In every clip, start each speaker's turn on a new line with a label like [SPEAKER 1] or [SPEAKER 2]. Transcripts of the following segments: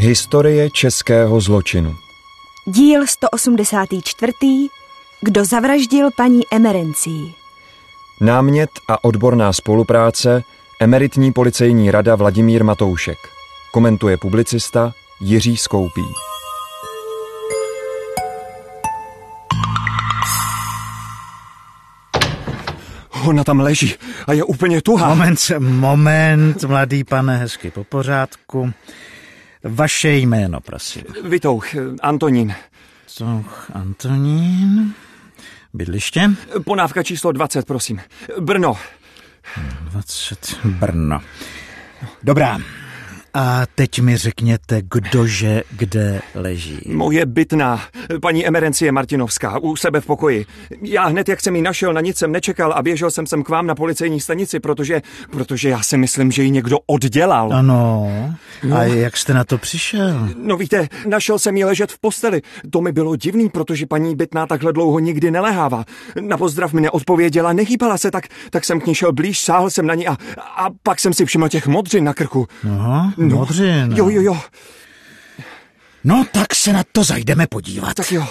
[SPEAKER 1] Historie českého zločinu.
[SPEAKER 2] Díl 184. Kdo zavraždil paní Emerencii.
[SPEAKER 1] Námět a odborná spolupráce, emeritní policejní rada Vladimír Matoušek. Komentuje publicista Jiří Skoupí.
[SPEAKER 3] Ona tam leží a je úplně tuhá.
[SPEAKER 4] Moment, mladý pane, hezky po pořádku. Vaše jméno, prosím.
[SPEAKER 3] Vitouch, Antonín.
[SPEAKER 4] Antonín. Bydliště?
[SPEAKER 3] Ponávka číslo 20, prosím. Brno.
[SPEAKER 4] 20, Brno. Dobrá. A teď mi řekněte, kdože kde leží.
[SPEAKER 3] Moje bytná, paní Emerencie Martinovská, u sebe v pokoji. Já hned, jak jsem ji našel, na nic jsem nečekal a běžel jsem sem k vám na policejní stanici, protože já si myslím, že ji někdo oddělal.
[SPEAKER 4] Ano. A jak jste na to přišel?
[SPEAKER 3] No víte, našel jsem ji ležet v posteli. To mi bylo divný, protože paní bytná takhle dlouho nikdy nelehává. Na pozdrav mi neodpověděla, nehýbala se, tak jsem k ní šel blíž, sáhl jsem na ní a pak jsem si všiml těch modřin na krku.
[SPEAKER 4] Aha. Modřin.
[SPEAKER 3] Jo.
[SPEAKER 4] No, tak se na to zajdeme podívat.
[SPEAKER 3] Tak jo.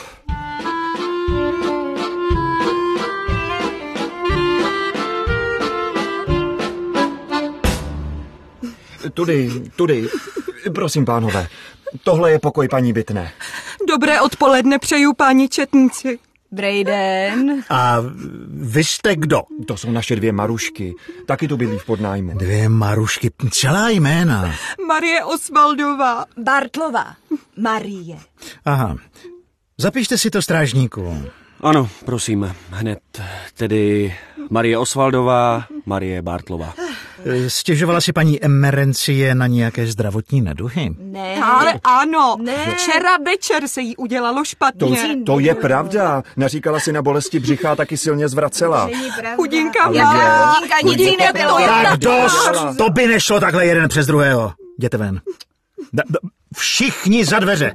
[SPEAKER 3] Tudy. Prosím, pánové. Tohle je pokoj paní bytné.
[SPEAKER 5] Dobré odpoledne přeju, páni četníci.
[SPEAKER 2] Dobrý den.
[SPEAKER 4] A vy jste kdo?
[SPEAKER 3] To jsou naše 2 Marušky. Taky tu bydlí v podnájmu.
[SPEAKER 4] 2 Marušky, celá jména.
[SPEAKER 5] Marie Osvaldová.
[SPEAKER 2] Bartlová. Marie.
[SPEAKER 4] Aha. Zapište si to, strážníku.
[SPEAKER 6] Ano, prosím, hned. Tedy Marie Osvaldová, Marie Bartlová.
[SPEAKER 4] Stěžovala si paní Emerencie na nějaké zdravotní neduhy?
[SPEAKER 2] Ne.
[SPEAKER 5] Ale ano,
[SPEAKER 2] Ne.
[SPEAKER 5] včera večer se jí udělalo špatně.
[SPEAKER 3] To je pravda. Naříkala si na bolesti břicha a taky silně zvracela.
[SPEAKER 5] Chudinka
[SPEAKER 3] Ale
[SPEAKER 5] má.
[SPEAKER 2] Nic jí nebylo.
[SPEAKER 4] Tak dost, to by nešlo takhle jeden přes druhého. Jděte ven. Všichni za dveře.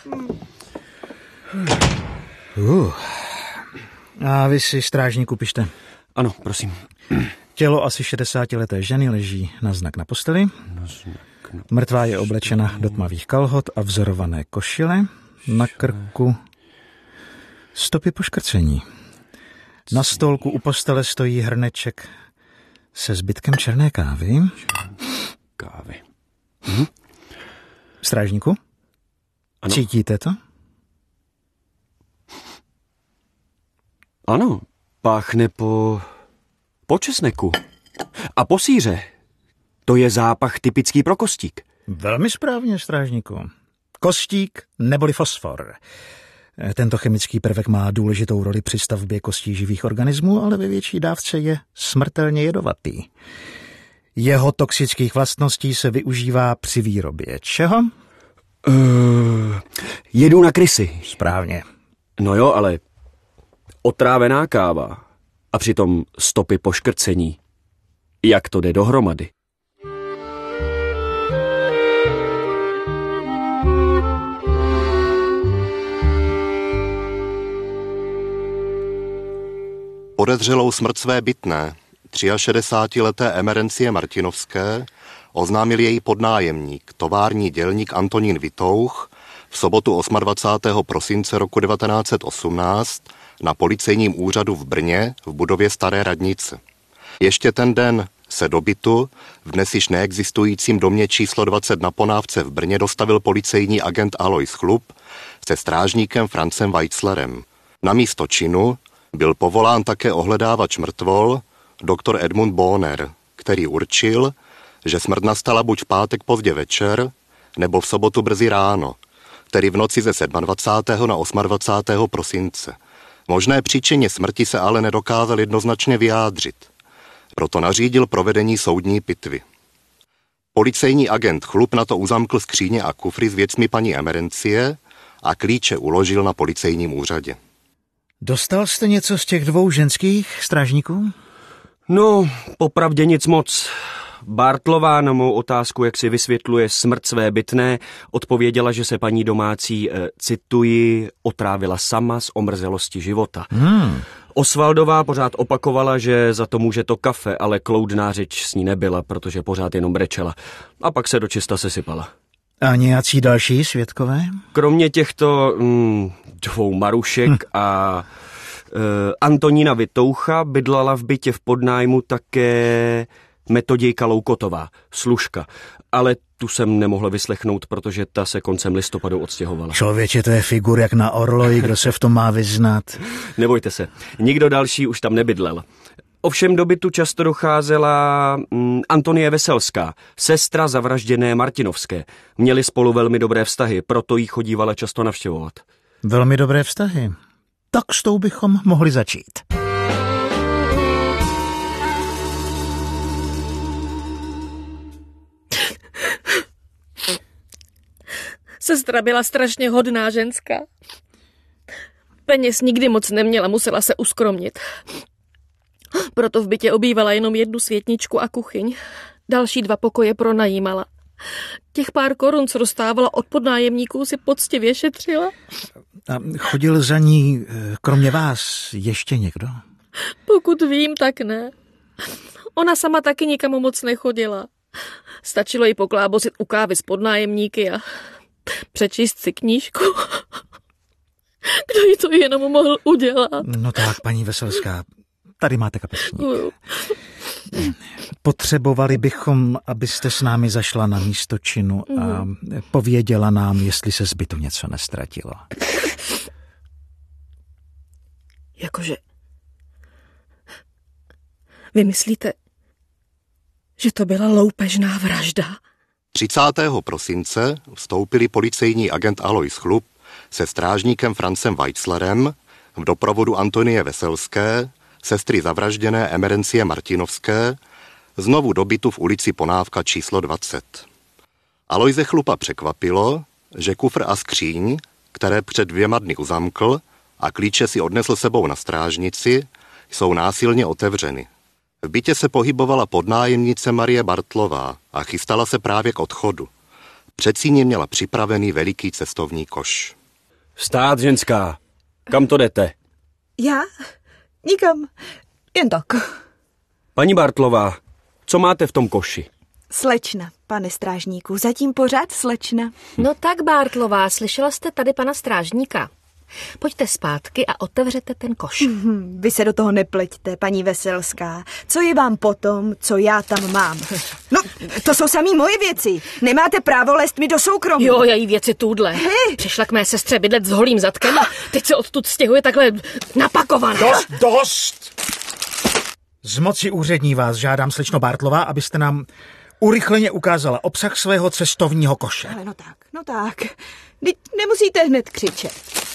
[SPEAKER 4] A vy si, strážníku, pište.
[SPEAKER 6] Ano, prosím.
[SPEAKER 4] Tělo asi 60leté ženy leží na znak na posteli. Mrtvá je oblečena do tmavých kalhot a vzorované košile. Na krku stopy poškrcení. Na stolku u postele stojí hrneček se zbytkem černé kávy. Strážníku?
[SPEAKER 6] Ano.
[SPEAKER 4] Cítíte to?
[SPEAKER 6] Ano, páchne po česneku. A po sýře. To je zápach typický pro kostík.
[SPEAKER 4] Velmi správně, strážníku. Kostík neboli fosfor. Tento chemický prvek má důležitou roli při stavbě kostí živých organismů, ale ve větší dávce je smrtelně jedovatý. Jeho toxických vlastností se využívá při výrobě čeho?
[SPEAKER 6] Jedu na krysy.
[SPEAKER 4] Správně.
[SPEAKER 6] No jo, ale otrávená káva a přitom stopy poškrcení. Jak to jde dohromady?
[SPEAKER 7] Podezřelou smrt své bytné, 63leté Emerencie Martinovské, oznámil její podnájemník, tovární dělník Antonín Vitouch, v sobotu 28. prosince roku 1918 na policejním úřadu v Brně v budově Staré radnice. Ještě ten den se do bytu v dnes již neexistujícím domě číslo 20 na Ponávce v Brně dostavil policejní agent Alois Chlup se strážníkem Francem Weitzlerem. Na místo činu byl povolán také ohledávač mrtvol doktor Edmund Bohner, který určil, že smrt nastala buď v pátek pozdě večer, nebo v sobotu brzy ráno, tedy v noci ze 27. na 28. prosince. Možné příčině smrti se ale nedokázal jednoznačně vyjádřit. Proto nařídil provedení soudní pitvy. Policejní agent Chlup na to uzamkl skříně a kufry s věcmi paní Emerencie a klíče uložil na policejním úřadě.
[SPEAKER 4] Dostal jste něco z těch 2 ženských strážníků?
[SPEAKER 6] No, popravdě nic moc. Bartlová na mou otázku, jak si vysvětluje smrt své bytné, odpověděla, že se paní domácí, cituji, otrávila sama z omrzelosti života. Osvaldová pořád opakovala, že za to může to kafe, ale kloudná řeč s ní nebyla, protože pořád jenom brečela. A pak se dočista sesypala.
[SPEAKER 4] A nějací další svědkové?
[SPEAKER 6] Kromě těchto dvou Marušek a Antonína Vitoucha bydlala v bytě v podnájmu také Metodějka Loukotová, služka. Ale tu jsem nemohl vyslechnout, protože ta se koncem listopadu odstěhovala.
[SPEAKER 4] Člověče, to je figur jak na orloji, kdo se v tom má vyznat.
[SPEAKER 6] Nebojte se, nikdo další už tam nebydlel. Ovšem do bytu často docházela Antonie Veselská, sestra zavražděné Martinovské. Měli spolu velmi dobré vztahy, proto jí chodívala často navštěvovat.
[SPEAKER 4] Velmi dobré vztahy. Tak s tou bychom mohli začít.
[SPEAKER 8] Sestra byla strašně hodná ženská. Peněz nikdy moc neměla, musela se uskromnit. Proto v bytě obývala jenom jednu světničku a kuchyň. Další 2 pokoje pronajímala. Těch pár korun, co dostávala od podnájemníků, si poctivě šetřila.
[SPEAKER 4] A chodil za ní, kromě vás, ještě někdo?
[SPEAKER 8] Pokud vím, tak ne. Ona sama taky nikam moc nechodila. Stačilo jí poklábosit u kávy s podnájemníky a přečíst si knížku. Kdo jí to jenom mohl udělat?
[SPEAKER 4] No tak, paní Veselská, tady máte kapesník. Potřebovali bychom, abyste s námi zašla na místo činu a pověděla nám, jestli se z bytu něco nestratilo.
[SPEAKER 8] Jakože... Vy myslíte, že to byla loupežná vražda?
[SPEAKER 7] 30. prosince vstoupili policejní agent Alois Chlup se strážníkem Francem Weitzlerem v doprovodu Antonie Veselské, sestry zavražděné Emerencie Martinovské, znovu do bytu v ulici Ponávka číslo 20. Aloise Chlupa překvapilo, že kufr a skříň, které před 2 dny uzamkl a klíče si odnesl sebou na strážnici, jsou násilně otevřeny. V bytě se pohybovala podnájemnice Marie Bartlová a chystala se právě k odchodu. Před síně měla připravený veliký cestovní koš.
[SPEAKER 6] Vstát, ženská. Kam to jdete?
[SPEAKER 2] Já? Nikam. Jen tak.
[SPEAKER 6] Paní Bartlová, co máte v tom koši?
[SPEAKER 2] Slečna, pane strážníku, zatím pořád slečna.
[SPEAKER 8] No tak, Bartlová, slyšela jste tady pana strážníka. Pojďte zpátky a otevřete ten koš.
[SPEAKER 2] Vy se do toho nepleťte, paní Veselská. Co je vám potom, co já tam mám? No, to jsou samý moje věci. Nemáte právo lézt mi do soukromí.
[SPEAKER 8] Jo, její věci tůdle. Přišla k mé sestře bydlet s holým zadkem a teď se odtud stěhuje takhle napakovaná.
[SPEAKER 4] Dost! Z moci úřední vás žádám, slečno Bartlová, abyste nám urychleně ukázala obsah svého cestovního koše.
[SPEAKER 2] Ale no tak. Teď nemusíte hned křičet.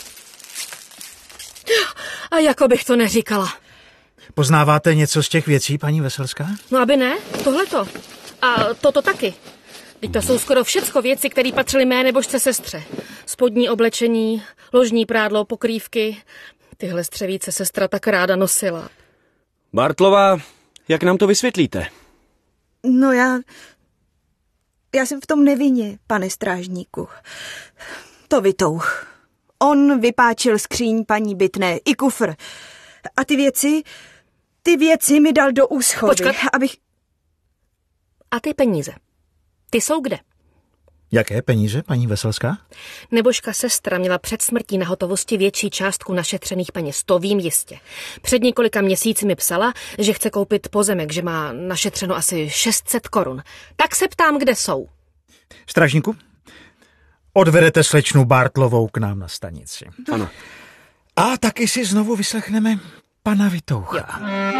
[SPEAKER 8] A jako bych to neříkala.
[SPEAKER 4] Poznáváte něco z těch věcí, paní Veselská?
[SPEAKER 8] No aby ne, tohleto. A toto taky. Teď to jsou skoro všecko věci, které patřily mé nebožce sestře. Spodní oblečení, ložní prádlo, pokrývky. Tyhle střevíce sestra tak ráda nosila.
[SPEAKER 6] Bartlová, jak nám to vysvětlíte?
[SPEAKER 2] No já jsem v tom nevinně, pane strážníku. To Vitouch. On vypáčil skříň paní Bytné i kufr. A ty věci mi dal do úschovy.
[SPEAKER 8] Počkat.
[SPEAKER 2] Abych...
[SPEAKER 8] A ty peníze? Ty jsou kde?
[SPEAKER 4] Jaké peníze, paní Veselská?
[SPEAKER 8] Nebožka sestra měla před smrtí na hotovosti větší částku našetřených peněz, to vím jistě. Před několika měsíci mi psala, že chce koupit pozemek, že má našetřeno asi 600 korun. Tak se ptám, kde jsou.
[SPEAKER 4] Strážníku, odvedete slečnu Bartlovou k nám na stanici.
[SPEAKER 6] Ano.
[SPEAKER 4] A taky si znovu vyslechneme pana Vitoucha.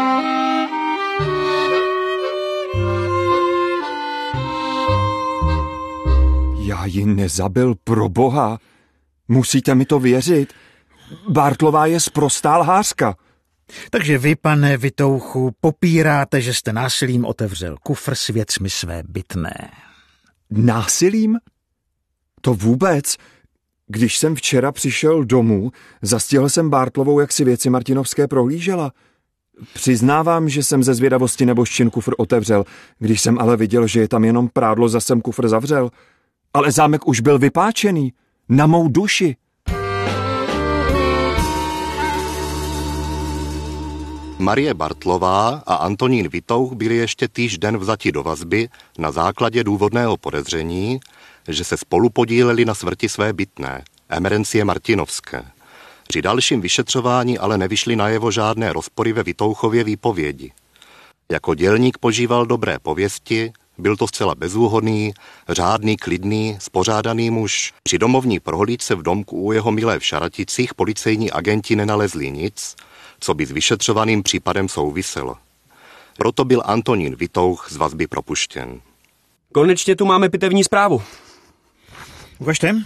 [SPEAKER 3] Já ji nezabil, pro boha. Musíte mi to věřit. Bartlová je sprostá lhářka.
[SPEAKER 4] Takže vy, pane Vitouchu, popíráte, že jste násilím otevřel kufr s věcmi své Bytné.
[SPEAKER 3] Násilím? To vůbec. Když jsem včera přišel domů, zastihl jsem Bartlovou, jak si věci Martinovské prohlížela. Přiznávám, že jsem ze zvědavosti nebožčin kufr otevřel, když jsem ale viděl, že je tam jenom prádlo, zas jsem kufr zavřel. Ale zámek už byl vypáčený. Na mou duši.
[SPEAKER 7] Marie Bartlová a Antonín Vitouch byli ještě týž den vzati do vazby na základě důvodného podezření, že se spolu podíleli na smrti své bytné, Emerencie Martinovské. Při dalším vyšetřování ale nevyšly najevo žádné rozpory ve Vitouchově výpovědi. Jako dělník požíval dobré pověsti, byl to zcela bezúhonný, řádný, klidný, spořádaný muž. Při domovní prohlídce v domku u jeho milé v Šaraticích policejní agenti nenalezli nic, co by s vyšetřovaným případem souviselo. Proto byl Antonín Vitouch z vazby propuštěn.
[SPEAKER 6] Konečně tu máme pitevní zprávu.
[SPEAKER 4] Ukažte.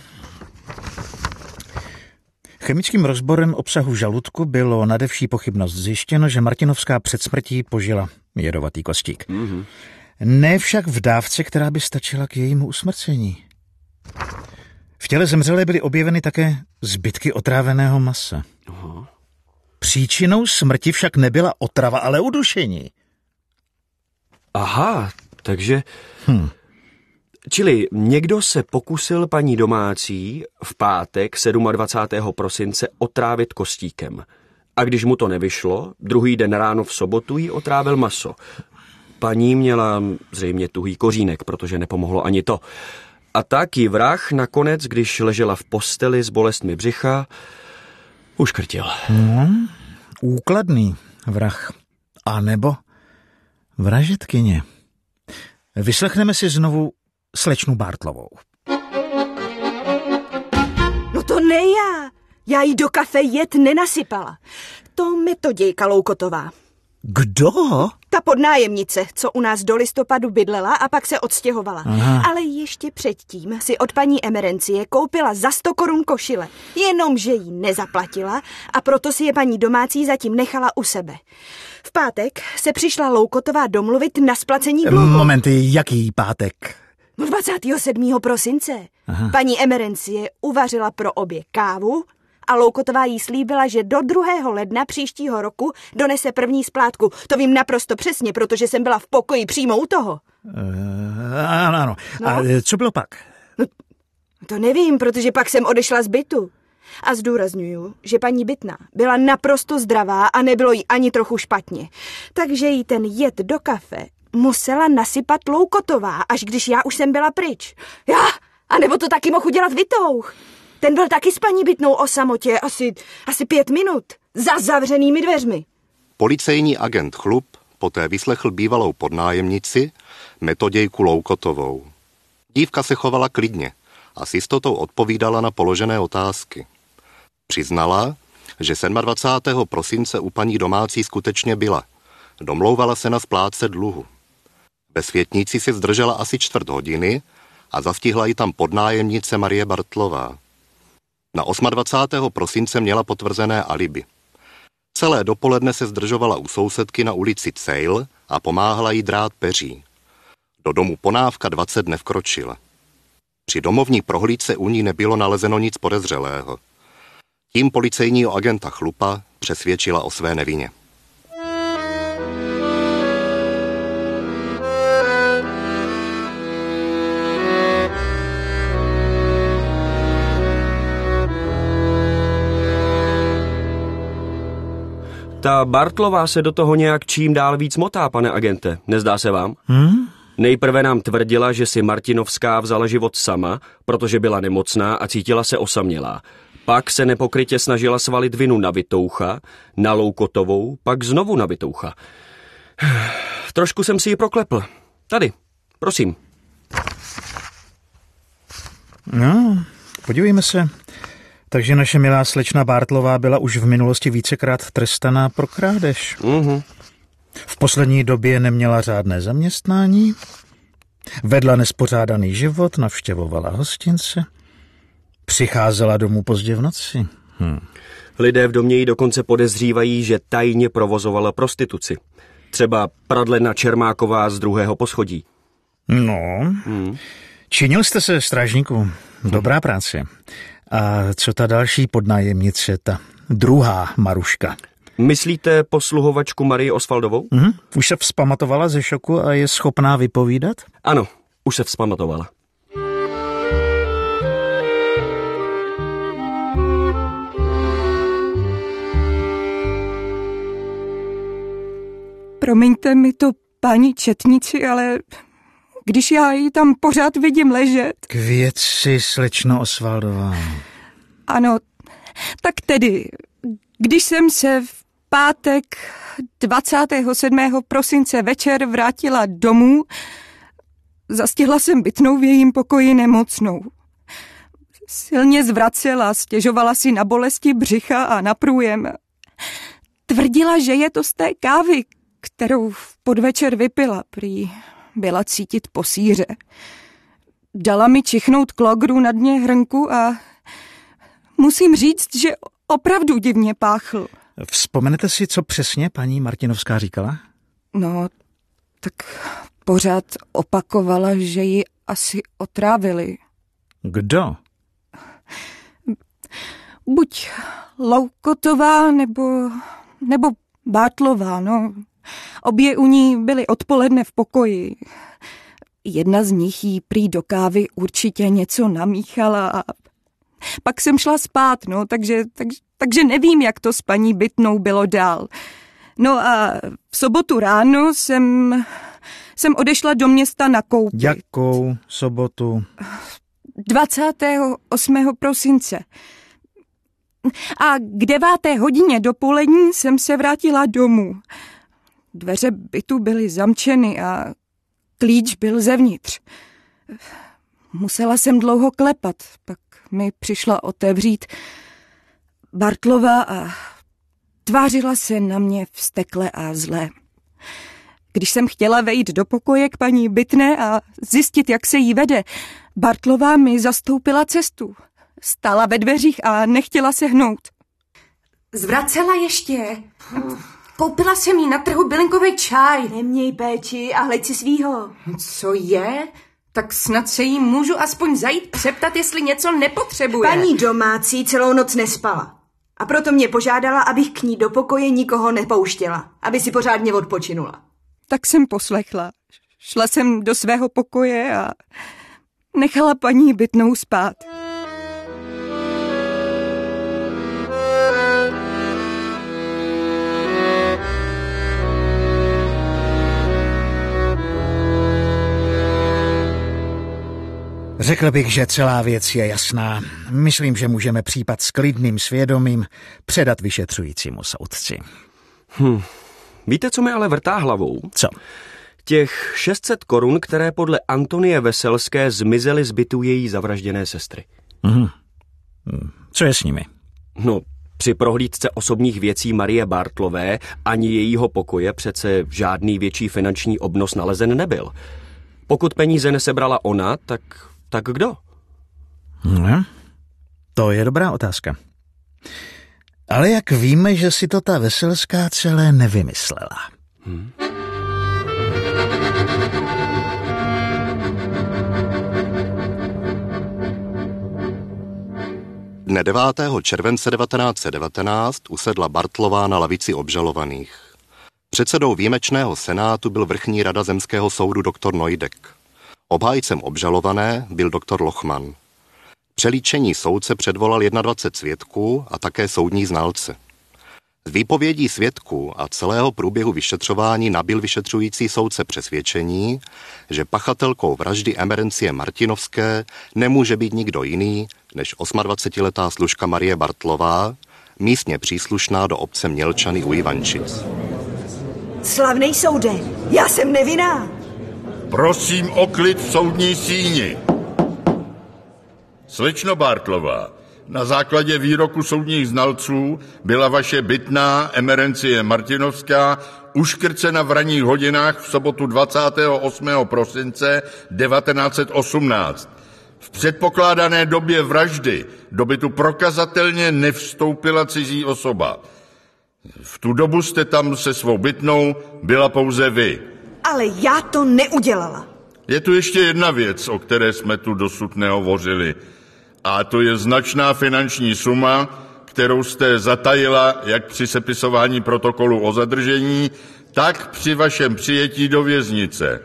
[SPEAKER 4] Chemickým rozborem obsahu žaludku bylo nade vší pochybnost zjištěno, že Martinovská před smrtí požila jedovatý kostík. Ne však v dávce, která by stačila k jejímu usmrcení. V těle zemřelé byly objeveny také zbytky otráveného masa. Příčinou smrti však nebyla otrava, ale udušení.
[SPEAKER 6] Aha, takže... Čili někdo se pokusil paní domácí v pátek 27. prosince otrávit kostíkem. A když mu to nevyšlo, druhý den ráno v sobotu jí otrávil maso. Paní měla zřejmě tuhý kořínek, protože nepomohlo ani to. A tak ji vrah nakonec, když ležela v posteli s bolestmi břicha, uškrtil.
[SPEAKER 4] Úkladný vrah. A nebo vražetkyně. Vyslechneme si znovu slečnu Bartlovou.
[SPEAKER 2] No to ne já. Já jí do kafe jed nenasypala. To metodějka Loukotová.
[SPEAKER 4] Kdo?
[SPEAKER 2] Ta podnájemnice, co u nás do listopadu bydlela a pak se odstěhovala.
[SPEAKER 4] Aha.
[SPEAKER 2] Ale ještě předtím si od paní Emerencie koupila za 100 korun košile. Jenomže jí nezaplatila a proto si je paní domácí zatím nechala u sebe. V pátek se přišla Loukotová domluvit na splacení dluhu.
[SPEAKER 4] Moment, jaký pátek?
[SPEAKER 2] 27. prosince. Aha. Paní Emerencie uvařila pro obě kávu a Loukotová jí slíbila, že do 2. ledna příštího roku donese první splátku. To vím naprosto přesně, protože jsem byla v pokoji přímo u toho.
[SPEAKER 4] Ano.
[SPEAKER 2] No?
[SPEAKER 4] A co bylo pak?
[SPEAKER 2] No, to nevím, protože pak jsem odešla z bytu. A zdůrazňuju, že paní bytná byla naprosto zdravá a nebylo jí ani trochu špatně. Takže jí ten jed do kafe musela nasypat Loukotová, až když já už jsem byla pryč. Já, a nebo to taky mohl udělat Vitouch. Ten byl taky s paní bytnou o samotě asi 5 minut. Za zavřenými dveřmi.
[SPEAKER 7] Policejní agent Chlup poté vyslechl bývalou podnájemnici, metodějku Loukotovou. Dívka se chovala klidně a s jistotou odpovídala na položené otázky. Přiznala, že 27. prosince u paní domácí skutečně byla. Domlouvala se na splátce dluhu. Ve Světnici se zdržela asi 1/4 hodiny a zastihla ji tam podnájemnice Marie Bartlová. Na 28. prosince měla potvrzené alibi. Celé dopoledne se zdržovala u sousedky na ulici Cejl a pomáhala jí drát peří. Do domu Ponávka 20 nevkročila. Při domovní prohlídce u ní nebylo nalezeno nic podezřelého. Tím policejního agenta Chlupa přesvědčila o své nevině.
[SPEAKER 6] Ta Bartlová se do toho nějak čím dál víc motá, pane agente. Nezdá se vám? Nejprve nám tvrdila, že si Martinovská vzala život sama, protože byla nemocná a cítila se osamělá. Pak se nepokrytě snažila svalit vinu na Vitoucha, na Loukotovou, pak znovu na Vitoucha. Trošku jsem si ji proklepl. Tady, prosím.
[SPEAKER 4] No, podívejme se. Takže naše milá slečna Bartlová byla už v minulosti vícekrát trestaná pro krádež. V poslední době neměla řádné zaměstnání, vedla nespořádaný život, navštěvovala hostince, přicházela domů pozdě v noci.
[SPEAKER 6] Lidé v domě ji dokonce podezřívají, že tajně provozovala prostituci. Třeba Pradlena Čermáková z 2. poschodí.
[SPEAKER 4] No, činil jste se, strážníku. Dobrá práce. A co ta další podnájemnice, ta druhá Maruška?
[SPEAKER 6] Myslíte posluhovačku Marii Osvaldovou?
[SPEAKER 4] Už se vzpamatovala ze šoku a je schopná vypovídat?
[SPEAKER 6] Ano, už se vzpamatovala.
[SPEAKER 5] Promiňte mi to, páni četníci, ale když já ji tam pořád vidím ležet...
[SPEAKER 4] K věci, slečno Osvaldová.
[SPEAKER 5] Ano, tak tedy, když jsem se v pátek 27. prosince večer vrátila domů, zastihla jsem Bytnou v jejím pokoji nemocnou. Silně zvracela, stěžovala si na bolesti břicha a na průjem. Tvrdila, že je to z té kávy, kterou v podvečer vypila, prý byla cítit po síře. Dala mi čichnout klogru na dně hrnku a musím říct, že opravdu divně páchl.
[SPEAKER 4] Vzpomenete si, co přesně paní Martinovská říkala?
[SPEAKER 5] No, tak pořád opakovala, že ji asi otrávili.
[SPEAKER 4] Kdo?
[SPEAKER 5] Buď Loukotová, nebo Bártlová, no. Obě u ní byly odpoledne v pokoji. Jedna z nich jí prý do kávy určitě něco namíchala a pak jsem šla spát, no, takže nevím, jak to s paní Bytnou bylo dál. No a v sobotu ráno jsem odešla do města nakoupit.
[SPEAKER 4] Jakou sobotu?
[SPEAKER 5] 28. prosince. A k 9. hodině dopolední jsem se vrátila domů. Dveře bytu byly zamčeny a klíč byl zevnitř. Musela jsem dlouho klepat, pak mi přišla otevřít Bártlová a tvářila se na mě vztekle a zle. Když jsem chtěla vejít do pokoje k paní Bytné a zjistit, jak se jí vede, Bártlová mi zastoupila cestu. Stála ve dveřích a nechtěla se hnout.
[SPEAKER 2] Zvracela ještě.
[SPEAKER 5] Koupila jsem jí na trhu bylinkový čaj.
[SPEAKER 2] Neměj péči a hleď si svýho.
[SPEAKER 5] Co je? Tak snad se jí můžu aspoň zajít přeptat, jestli něco nepotřebuje.
[SPEAKER 2] Paní domácí celou noc nespala. A proto mě požádala, abych k ní do pokoje nikoho nepouštěla, aby si pořádně odpočinula.
[SPEAKER 5] Tak jsem poslechla. Šla jsem do svého pokoje a nechala paní Bytnou spát.
[SPEAKER 4] Řekl bych, že celá věc je jasná. Myslím, že můžeme případ s klidným svědomím předat vyšetřujícímu soudci.
[SPEAKER 6] Víte, co mi ale vrtá hlavou?
[SPEAKER 4] Co?
[SPEAKER 6] Těch 600 korun, které podle Antonie Veselské zmizely z bytu její zavražděné sestry.
[SPEAKER 4] Co je s nimi?
[SPEAKER 6] No, při prohlídce osobních věcí Marie Bártlové ani jejího pokoje přece žádný větší finanční obnos nalezen nebyl. Pokud peníze nesebrala ona, tak kdo?
[SPEAKER 4] To je dobrá otázka. Ale jak víme, že si to ta Veselská celé nevymyslela?
[SPEAKER 7] Dne 9. července 1919 usedla Bártlová na lavici obžalovaných. Předsedou výjimečného senátu byl vrchní rada zemského soudu doktor Nojdek. Obhájcem obžalované byl doktor Lochman. Přelíčení soudce předvolal 21 svědků a také soudní znalce. Z výpovědí svědků a celého průběhu vyšetřování nabyl vyšetřující soudce přesvědčení, že pachatelkou vraždy Emerencie Martinovské nemůže být nikdo jiný než 28letá služka Marie Bártlová, místně příslušná do obce Mělčany u Ivančic.
[SPEAKER 2] Slavnej soude, já jsem nevinná.
[SPEAKER 9] Prosím o klid v soudní síni. Slečno Bártlová, na základě výroku soudních znalců byla vaše bytná Emerencie Martinovská uškrcena v ranních hodinách v sobotu 28. prosince 1918. V předpokládané době vraždy do bytu prokazatelně nevstoupila cizí osoba. V tu dobu jste tam se svou bytnou byla pouze vy.
[SPEAKER 2] Ale já to neudělala.
[SPEAKER 9] Je tu ještě jedna věc, o které jsme tu dosud nehovořili. A to je značná finanční suma, kterou jste zatajila jak při sepisování protokolu o zadržení, tak při vašem přijetí do věznice.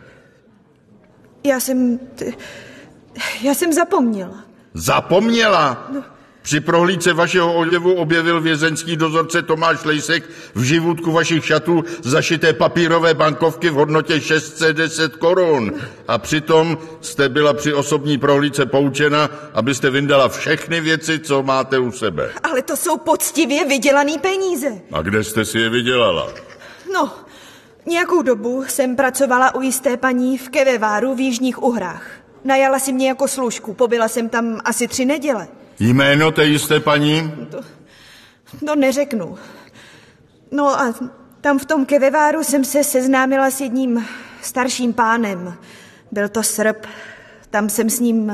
[SPEAKER 2] Já jsem zapomněla.
[SPEAKER 9] Zapomněla?
[SPEAKER 2] No,
[SPEAKER 9] Při prohlídce vašeho oděvu objevil vězeňský dozorce Tomáš Lejsek v živůtku vašich šatů zašité papírové bankovky v hodnotě 610 korun. A přitom jste byla při osobní prohlídce poučena, abyste vyndala všechny věci, co máte u sebe.
[SPEAKER 2] Ale to jsou poctivě vydělaný peníze.
[SPEAKER 9] A kde jste si je vydělala?
[SPEAKER 2] No, nějakou dobu jsem pracovala u jisté paní v Keveváru v Jižních Uhrách. Najala si mě jako služku, pobyla jsem tam asi 3 neděle.
[SPEAKER 9] Jméno té jisté paní?
[SPEAKER 2] To neřeknu. No a tam v tom Keveváru jsem se seznámila s jedním starším pánem. Byl to Srb. Tam jsem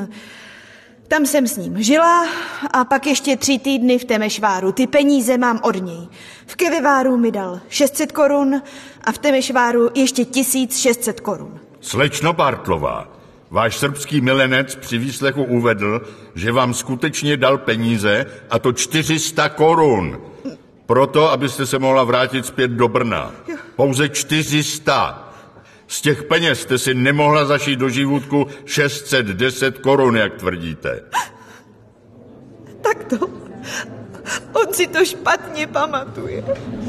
[SPEAKER 2] s ním žila a pak ještě 3 týdny v Temešváru. Ty peníze mám od něj. V Keveváru mi dal 600 korun a v Temešváru ještě 1600 korun.
[SPEAKER 9] Slečno Bartlová, váš srbský milenec při výslechu uvedl, že vám skutečně dal peníze, a to 400 korun. Proto, abyste se mohla vrátit zpět do Brna. Pouze 400. Z těch peněz jste si nemohla zašít do živůtku 610 korun, jak tvrdíte.
[SPEAKER 2] Tak to. On si to špatně pamatuje.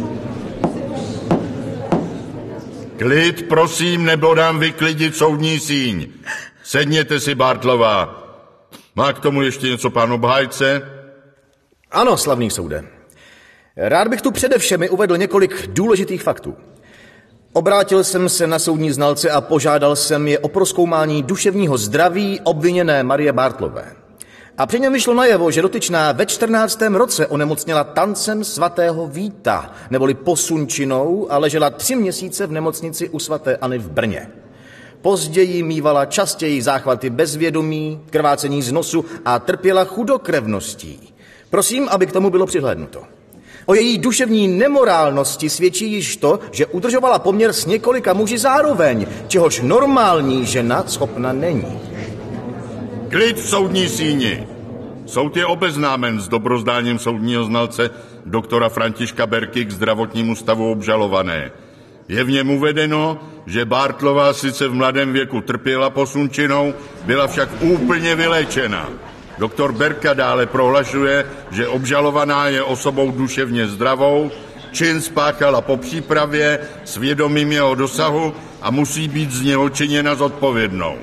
[SPEAKER 9] Klid, prosím, nebo dám vyklidit soudní síň. Sedněte si, Bartlová. Má k tomu ještě něco pán obhájce?
[SPEAKER 10] Ano, slavný soude. Rád bych tu především uvedl několik důležitých faktů. Obrátil jsem se na soudní znalce a požádal jsem je o prozkoumání duševního zdraví obviněné Marie Bartlové. A při něm vyšlo najevo, že dotyčná ve 14. roce onemocněla tancem svatého Víta, neboli posunčinou, a ležela 3 měsíce v nemocnici u svaté Anny v Brně. Později mívala častěji záchvaty bezvědomí, krvácení z nosu a trpěla chudokrevností. Prosím, aby k tomu bylo přihlédnuto. O její duševní nemorálnosti svědčí již to, že udržovala poměr s několika muži zároveň, čehož normální žena schopna není.
[SPEAKER 9] Klid v soudní síni. Soud je obeznámen s dobrozdáním soudního znalce doktora Františka Berky k zdravotnímu stavu obžalované. Je v něm uvedeno, že Bartlová sice v mladém věku trpěla posunčinou, byla však úplně vyléčena. Doktor Berka dále prohlašuje, že obžalovaná je osobou duševně zdravou, čin spáchala po přípravě, s vědomím jeho dosahu a musí být z něho činěna zodpovědnou.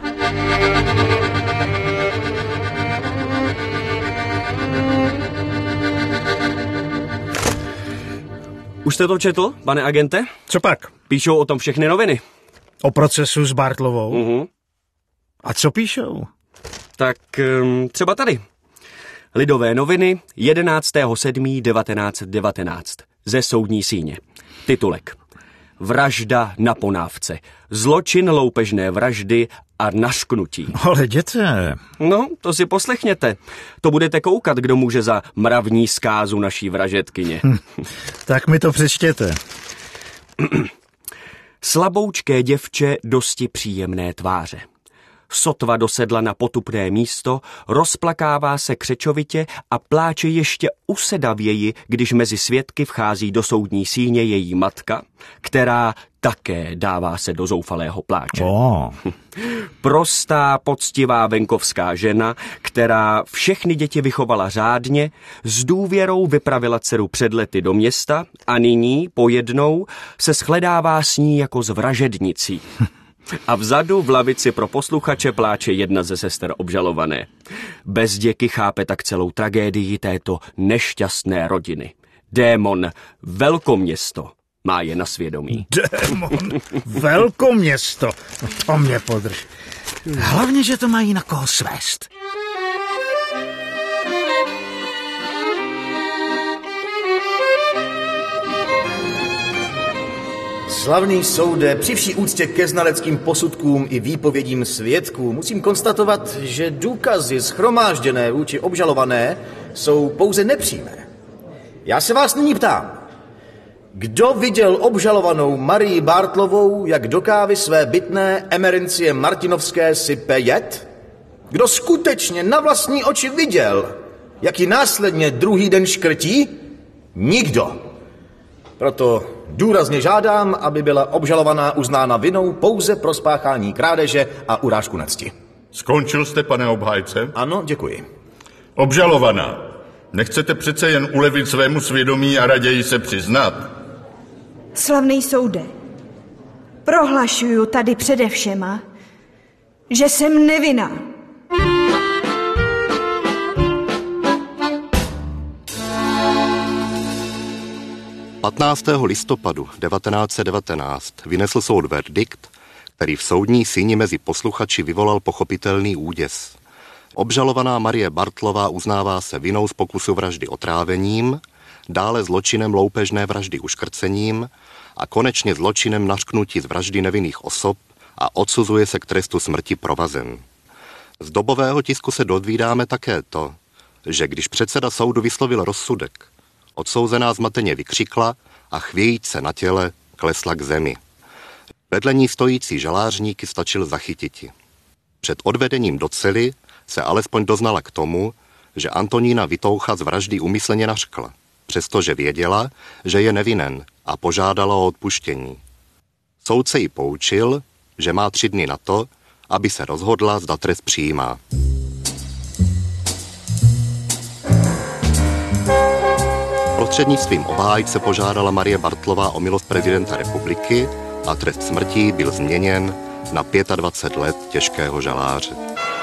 [SPEAKER 6] Už jste to četl, pane agente?
[SPEAKER 4] Co pak?
[SPEAKER 6] Píšou o tom všechny noviny.
[SPEAKER 4] O procesu s Bartlovou?
[SPEAKER 6] Uh-huh.
[SPEAKER 4] A co píšou?
[SPEAKER 6] Tak třeba tady. Lidové noviny 11.7.1919 ze soudní síně. Titulek. Vražda na Ponávce. Zločin loupežné vraždy a našknutí.
[SPEAKER 4] Ale jděte.
[SPEAKER 6] No, to si poslechněte. To budete koukat, kdo může za mravní zkázu naší vražedkyně.
[SPEAKER 4] Tak mi to přečtěte.
[SPEAKER 6] Slaboučké děvče dosti příjemné tváře. Sotva dosedla na potupné místo, rozplakává se křečovitě a pláče ještě usedavěji, když mezi svědky vchází do soudní síně její matka, která také dává se do zoufalého pláče. Prostá, poctivá venkovská žena, která všechny děti vychovala řádně, s důvěrou vypravila dceru před lety do města a nyní, pojednou, se shledává s ní jako s vražednicí. A vzadu v lavici pro posluchače pláče jedna ze sester obžalované. Bez děky chápe tak celou tragédii této nešťastné rodiny. Démon Velkoměsto má je na svědomí.
[SPEAKER 4] Démon Velkoměsto, to mě podrž. Hlavně, že to mají na koho svést.
[SPEAKER 10] Slavný soude, při vší úctě ke znaleckým posudkům i výpovědím svědků musím konstatovat, že důkazy shromážděné vůči obžalované jsou pouze nepřímé. Já se vás nyní ptám, kdo viděl obžalovanou Marii Bartlovou, jak do kávy své bytné Emerencie Martinovské sype jed? Kdo skutečně na vlastní oči viděl, jak ji následně druhý den škrtí? Nikdo. Proto důrazně žádám, aby byla obžalovaná uznána vinou pouze pro spáchání krádeže a urážku na cti.
[SPEAKER 9] Skončil jste, pane obhájce?
[SPEAKER 10] Ano, děkuji.
[SPEAKER 9] Obžalovaná, nechcete přece jen ulevit svému svědomí a raději se přiznat?
[SPEAKER 2] Slavný soude, prohlašuju tady přede všema, že jsem nevinná.
[SPEAKER 7] – 15. listopadu 1919 vynesl soud verdikt, který v soudní síni mezi posluchači vyvolal pochopitelný úděs. Obžalovaná Marie Bartlová uznává se vinou z pokusu vraždy otrávením, dále zločinem loupežné vraždy uškrcením a konečně zločinem nařknutí z vraždy nevinných osob a odsuzuje se k trestu smrti provazem. Z dobového tisku se dozvídáme také to, že když předseda soudu vyslovil rozsudek, odsouzená zmateně vykřikla a chvějíc se na těle klesla k zemi. Vedle ní stojící žalářníky stačil zachytiti. Před odvedením do cely se alespoň doznala k tomu, že Antonína Vitoucha z vraždy úmyslně nařkla, přestože věděla, že je nevinen a požádala o odpuštění. Soudce ji poučil, že má 3 dny na to, aby se rozhodla, zda trest přijímá. Prostřednictvím obhájce požádala Marie Bartlová o milost prezidenta republiky a trest smrti byl změněn na 25 let těžkého žaláře.